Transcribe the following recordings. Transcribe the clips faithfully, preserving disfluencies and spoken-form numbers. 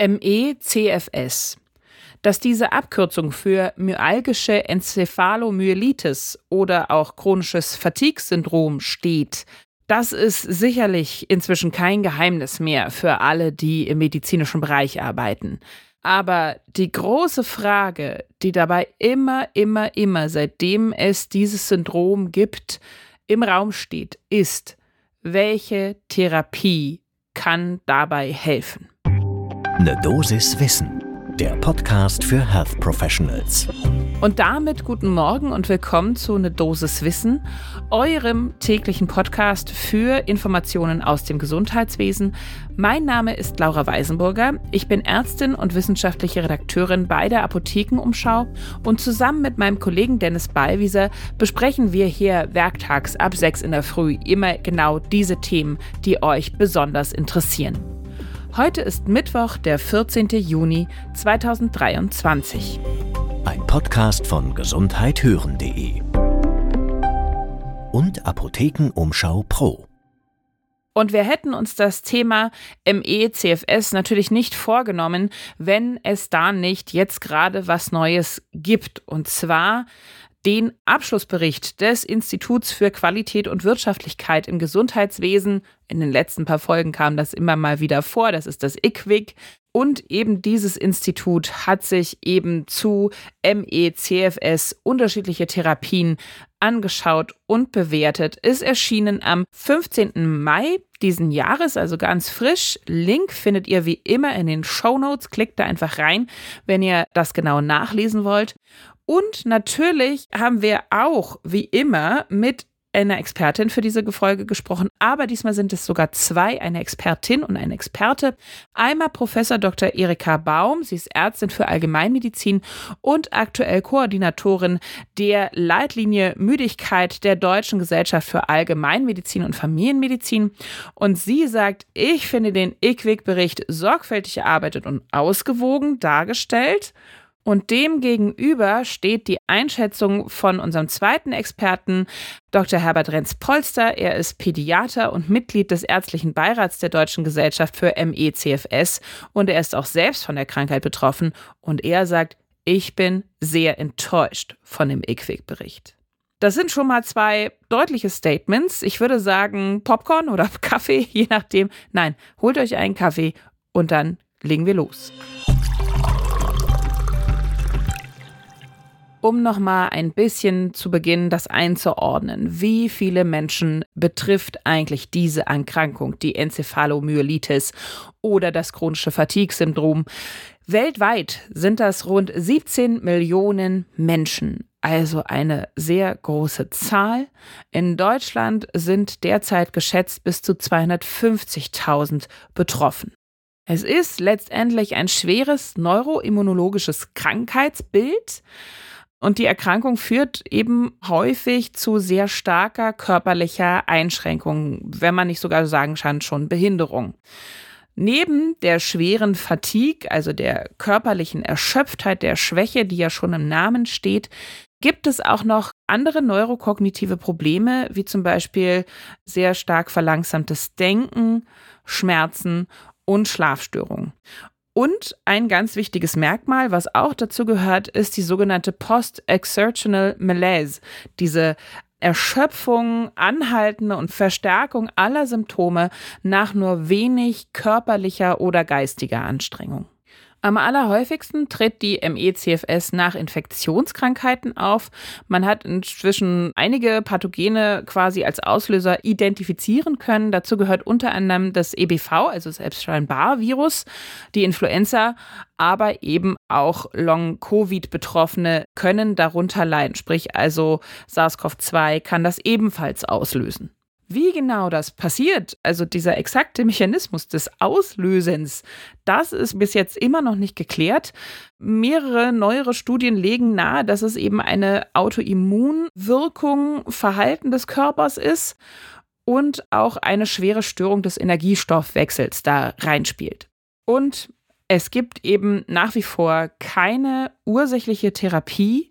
M E C F S. Dass diese Abkürzung für myalgische Enzephalomyelitis oder auch chronisches Fatigue-Syndrom steht, das ist sicherlich inzwischen kein Geheimnis mehr für alle, die im medizinischen Bereich arbeiten. Aber die große Frage, die dabei immer, immer, immer, seitdem es dieses Syndrom gibt, im Raum steht, ist, welche Therapie kann dabei helfen? Eine Dosis Wissen, der Podcast für Health Professionals. Und damit guten Morgen und willkommen zu Eine Dosis Wissen, eurem täglichen Podcast für Informationen aus dem Gesundheitswesen. Mein Name ist Laura Weisenburger. Ich bin Ärztin und wissenschaftliche Redakteurin bei der Apothekenumschau und zusammen mit meinem Kollegen Dennis Ballwieser besprechen wir hier werktags ab sechs in der Früh immer genau diese Themen, die euch besonders interessieren. Heute ist Mittwoch, der vierzehnten Juni zweitausenddreiundzwanzig. Ein Podcast von gesundheit hören punkt de und Apothekenumschau Pro. Und wir hätten uns das Thema M E C F S natürlich nicht vorgenommen, wenn es da nicht jetzt gerade was Neues gibt. Und zwar den Abschlussbericht des Instituts für Qualität und Wirtschaftlichkeit im Gesundheitswesen. In den letzten paar Folgen kam das immer mal wieder vor. Das ist das I Q W I C. Und eben dieses Institut hat sich eben zu M E C F S unterschiedliche Therapien angeschaut und bewertet. Ist erschienen am fünfzehnten Mai diesen Jahres, also ganz frisch. Link findet ihr wie immer in den Shownotes. Klickt da einfach rein, wenn ihr das genau nachlesen wollt. Und natürlich haben wir auch, wie immer, mit einer Expertin für diese Folge gesprochen, aber diesmal sind es sogar zwei, eine Expertin und ein Experte. Einmal Professor Doktor Erika Baum, sie ist Ärztin für Allgemeinmedizin und aktuell Koordinatorin der Leitlinie Müdigkeit der Deutschen Gesellschaft für Allgemeinmedizin und Familienmedizin. Und sie sagt, ich finde den I Q W I C-Bericht sorgfältig erarbeitet und ausgewogen dargestellt. Und dem gegenüber steht die Einschätzung von unserem zweiten Experten, Doktor Herbert Renz-Polster. Er ist Pädiater und Mitglied des ärztlichen Beirats der Deutschen Gesellschaft für M E C F S und er ist auch selbst von der Krankheit betroffen. Und er sagt, ich bin sehr enttäuscht von dem I Q W I C-Bericht. Das sind schon mal zwei deutliche Statements. Ich würde sagen Popcorn oder Kaffee, je nachdem. Nein, holt euch einen Kaffee und dann legen wir los. Um nochmal ein bisschen zu Beginn das einzuordnen. Wie viele Menschen betrifft eigentlich diese Erkrankung, die Enzephalomyelitis oder das chronische Fatigue-Syndrom? Weltweit sind das rund siebzehn Millionen Menschen, also eine sehr große Zahl. In Deutschland sind derzeit geschätzt bis zu zweihundertfünfzigtausend betroffen. Es ist letztendlich ein schweres neuroimmunologisches Krankheitsbild. Und die Erkrankung führt eben häufig zu sehr starker körperlicher Einschränkung, wenn man nicht sogar sagen kann, schon Behinderung. Neben der schweren Fatigue, also der körperlichen Erschöpftheit, der Schwäche, die ja schon im Namen steht, gibt es auch noch andere neurokognitive Probleme, wie zum Beispiel sehr stark verlangsamtes Denken, Schmerzen und Schlafstörungen. Und ein ganz wichtiges Merkmal, was auch dazu gehört, ist die sogenannte Post-Exertional Malaise. Diese Erschöpfung, anhaltende und Verstärkung aller Symptome nach nur wenig körperlicher oder geistiger Anstrengung. Am allerhäufigsten tritt die M E C F S nach Infektionskrankheiten auf. Man hat inzwischen einige Pathogene quasi als Auslöser identifizieren können. Dazu gehört unter anderem das E B V, also das Epstein-Barr-Virus, die Influenza, aber eben auch Long-Covid-Betroffene können darunter leiden. Sprich also SARS-CoV zwei kann das ebenfalls auslösen. Wie genau das passiert, also dieser exakte Mechanismus des Auslösens, das ist bis jetzt immer noch nicht geklärt. Mehrere neuere Studien legen nahe, dass es eben eine Autoimmunwirkung, Verhalten des Körpers ist und auch eine schwere Störung des Energiestoffwechsels da reinspielt. Und es gibt eben nach wie vor keine ursächliche Therapie.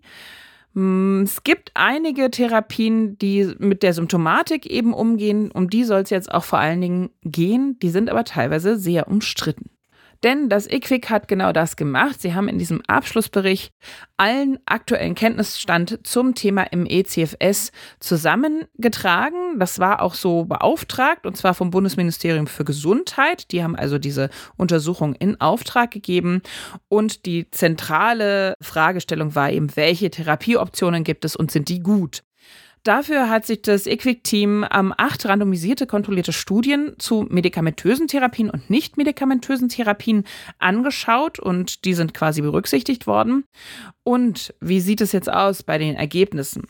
Es gibt einige Therapien, die mit der Symptomatik eben umgehen. Um die soll es jetzt auch vor allen Dingen gehen. Die sind aber teilweise sehr umstritten. Denn das I Q W I C hat genau das gemacht. Sie haben in diesem Abschlussbericht allen aktuellen Kenntnisstand zum Thema M E C F S zusammengetragen. Das war auch so beauftragt, und zwar vom Bundesministerium für Gesundheit. Die haben also diese Untersuchung in Auftrag gegeben. Und die zentrale Fragestellung war eben, welche Therapieoptionen gibt es und sind die gut? Dafür hat sich das I Q W I C-Team ähm, acht randomisierte, kontrollierte Studien zu medikamentösen Therapien und nicht medikamentösen Therapien angeschaut und die sind quasi berücksichtigt worden. Und wie sieht es jetzt aus bei den Ergebnissen?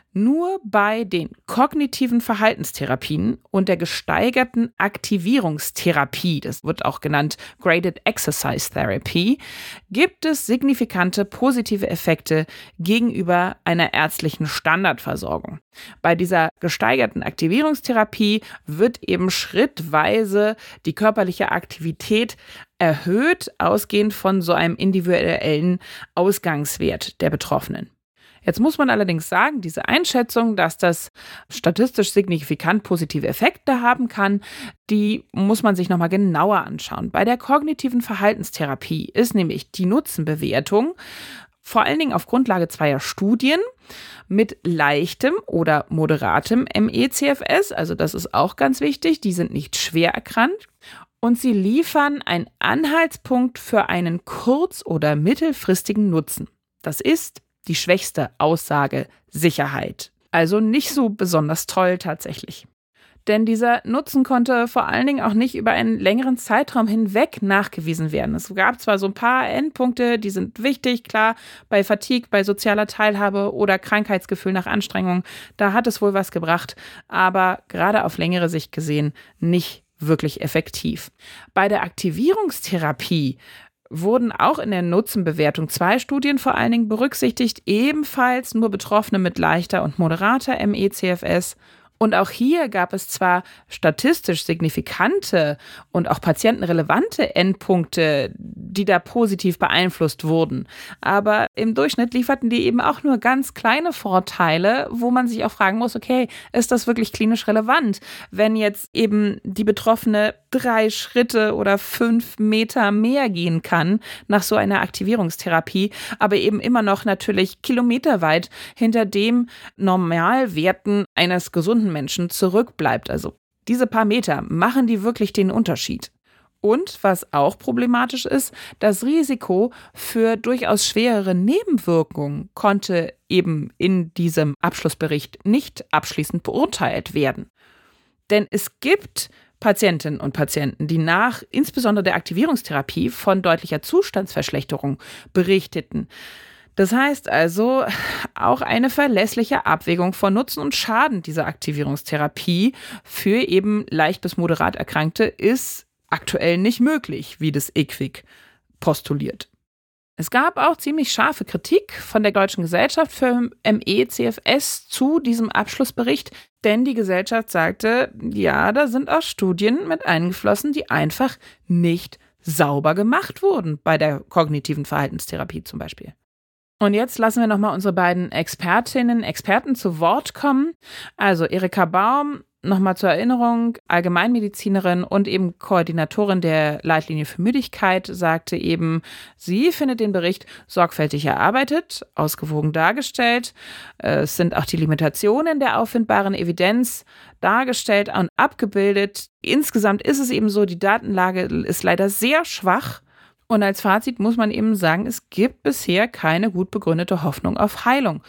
Nur bei den kognitiven Verhaltenstherapien und der gesteigerten Aktivierungstherapie, das wird auch genannt Graded Exercise Therapy, gibt es signifikante positive Effekte gegenüber einer ärztlichen Standardversorgung. Bei dieser gesteigerten Aktivierungstherapie wird eben schrittweise die körperliche Aktivität erhöht, ausgehend von so einem individuellen Ausgangswert der Betroffenen. Jetzt muss man allerdings sagen, diese Einschätzung, dass das statistisch signifikant positive Effekte haben kann, die muss man sich nochmal genauer anschauen. Bei der kognitiven Verhaltenstherapie ist nämlich die Nutzenbewertung vor allen Dingen auf Grundlage zweier Studien mit leichtem oder moderatem M E C F S, also das ist auch ganz wichtig, die sind nicht schwer erkrankt. Und sie liefern einen Anhaltspunkt für einen kurz- oder mittelfristigen Nutzen. Das ist die schwächste Aussage Sicherheit. Also nicht so besonders toll tatsächlich. Denn dieser Nutzen konnte vor allen Dingen auch nicht über einen längeren Zeitraum hinweg nachgewiesen werden. Es gab zwar so ein paar Endpunkte, die sind wichtig, klar, bei Fatigue, bei sozialer Teilhabe oder Krankheitsgefühl nach Anstrengung, da hat es wohl was gebracht, aber gerade auf längere Sicht gesehen nicht wirklich effektiv. Bei der Aktivierungstherapie wurden auch in der Nutzenbewertung zwei Studien vor allen Dingen berücksichtigt, ebenfalls nur Betroffene mit leichter und moderater M E C F S. Und auch hier gab es zwar statistisch signifikante und auch patientenrelevante Endpunkte, die da positiv beeinflusst wurden. Aber im Durchschnitt lieferten die eben auch nur ganz kleine Vorteile, wo man sich auch fragen muss, okay, ist das wirklich klinisch relevant, wenn jetzt eben die Betroffene drei Schritte oder fünf Meter mehr gehen kann nach so einer Aktivierungstherapie, aber eben immer noch natürlich kilometerweit hinter dem Normalwerten eines gesunden Menschen zurückbleibt. Also diese paar Meter, machen die wirklich den Unterschied? Und was auch problematisch ist, das Risiko für durchaus schwerere Nebenwirkungen konnte eben in diesem Abschlussbericht nicht abschließend beurteilt werden. Denn es gibt Patientinnen und Patienten, die nach insbesondere der Aktivierungstherapie von deutlicher Zustandsverschlechterung berichteten. Das heißt also, auch eine verlässliche Abwägung von Nutzen und Schaden dieser Aktivierungstherapie für eben leicht bis moderat Erkrankte ist aktuell nicht möglich, wie das I Q W I C postuliert. Es gab auch ziemlich scharfe Kritik von der Deutschen Gesellschaft für M E C F S zu diesem Abschlussbericht, denn die Gesellschaft sagte, ja, da sind auch Studien mit eingeflossen, die einfach nicht sauber gemacht wurden, bei der kognitiven Verhaltenstherapie zum Beispiel. Und jetzt lassen wir nochmal unsere beiden Expertinnen, Experten zu Wort kommen. Also Erika Baum, nochmal zur Erinnerung, Allgemeinmedizinerin und eben Koordinatorin der Leitlinie für Müdigkeit, sagte eben, sie findet den Bericht sorgfältig erarbeitet, ausgewogen dargestellt. Es sind auch die Limitationen der auffindbaren Evidenz dargestellt und abgebildet. Insgesamt ist es eben so, die Datenlage ist leider sehr schwach. Und als Fazit muss man eben sagen, es gibt bisher keine gut begründete Hoffnung auf Heilung.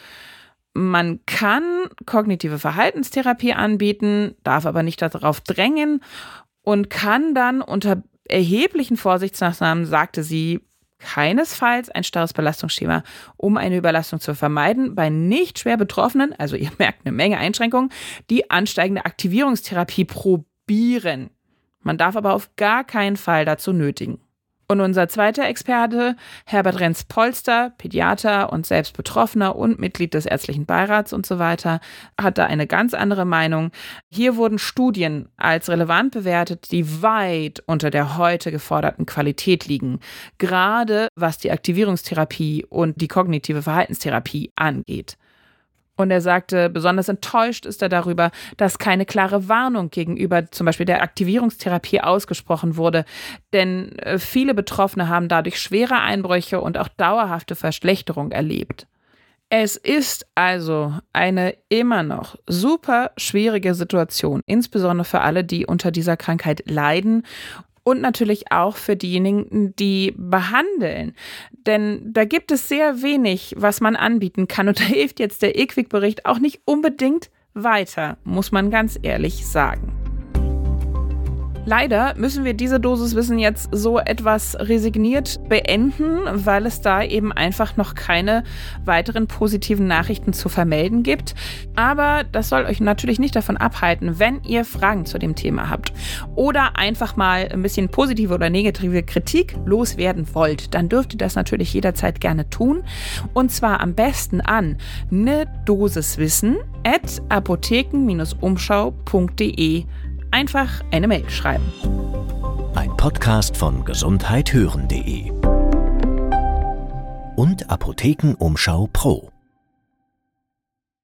Man kann kognitive Verhaltenstherapie anbieten, darf aber nicht darauf drängen und kann dann unter erheblichen Vorsichtsmaßnahmen, sagte sie, keinesfalls ein starres Belastungsschema, um eine Überlastung zu vermeiden, bei nicht schwer Betroffenen, also ihr merkt eine Menge Einschränkungen, die ansteigende Aktivierungstherapie probieren. Man darf aber auf gar keinen Fall dazu nötigen. Und unser zweiter Experte, Herbert Renz-Polster, Pädiater und selbst Betroffener und Mitglied des ärztlichen Beirats und so weiter, hat da eine ganz andere Meinung. Hier wurden Studien als relevant bewertet, die weit unter der heute geforderten Qualität liegen, gerade was die Aktivierungstherapie und die kognitive Verhaltenstherapie angeht. Und er sagte, besonders enttäuscht ist er darüber, dass keine klare Warnung gegenüber zum Beispiel der Aktivierungstherapie ausgesprochen wurde. Denn viele Betroffene haben dadurch schwere Einbrüche und auch dauerhafte Verschlechterung erlebt. Es ist also eine immer noch super schwierige Situation, insbesondere für alle, die unter dieser Krankheit leiden. Und natürlich auch für diejenigen, die behandeln. Denn da gibt es sehr wenig, was man anbieten kann. Und da hilft jetzt der I Q W I C-Bericht auch nicht unbedingt weiter, muss man ganz ehrlich sagen. Leider müssen wir diese Dosiswissen jetzt so etwas resigniert beenden, weil es da eben einfach noch keine weiteren positiven Nachrichten zu vermelden gibt. Aber das soll euch natürlich nicht davon abhalten, wenn ihr Fragen zu dem Thema habt oder einfach mal ein bisschen positive oder negative Kritik loswerden wollt, dann dürft ihr das natürlich jederzeit gerne tun. Und zwar am besten an ne Dosiswissen at apotheken umschau punkt de. Einfach eine Mail schreiben. Ein Podcast von gesundheit hören punkt de und Apotheken Umschau Pro.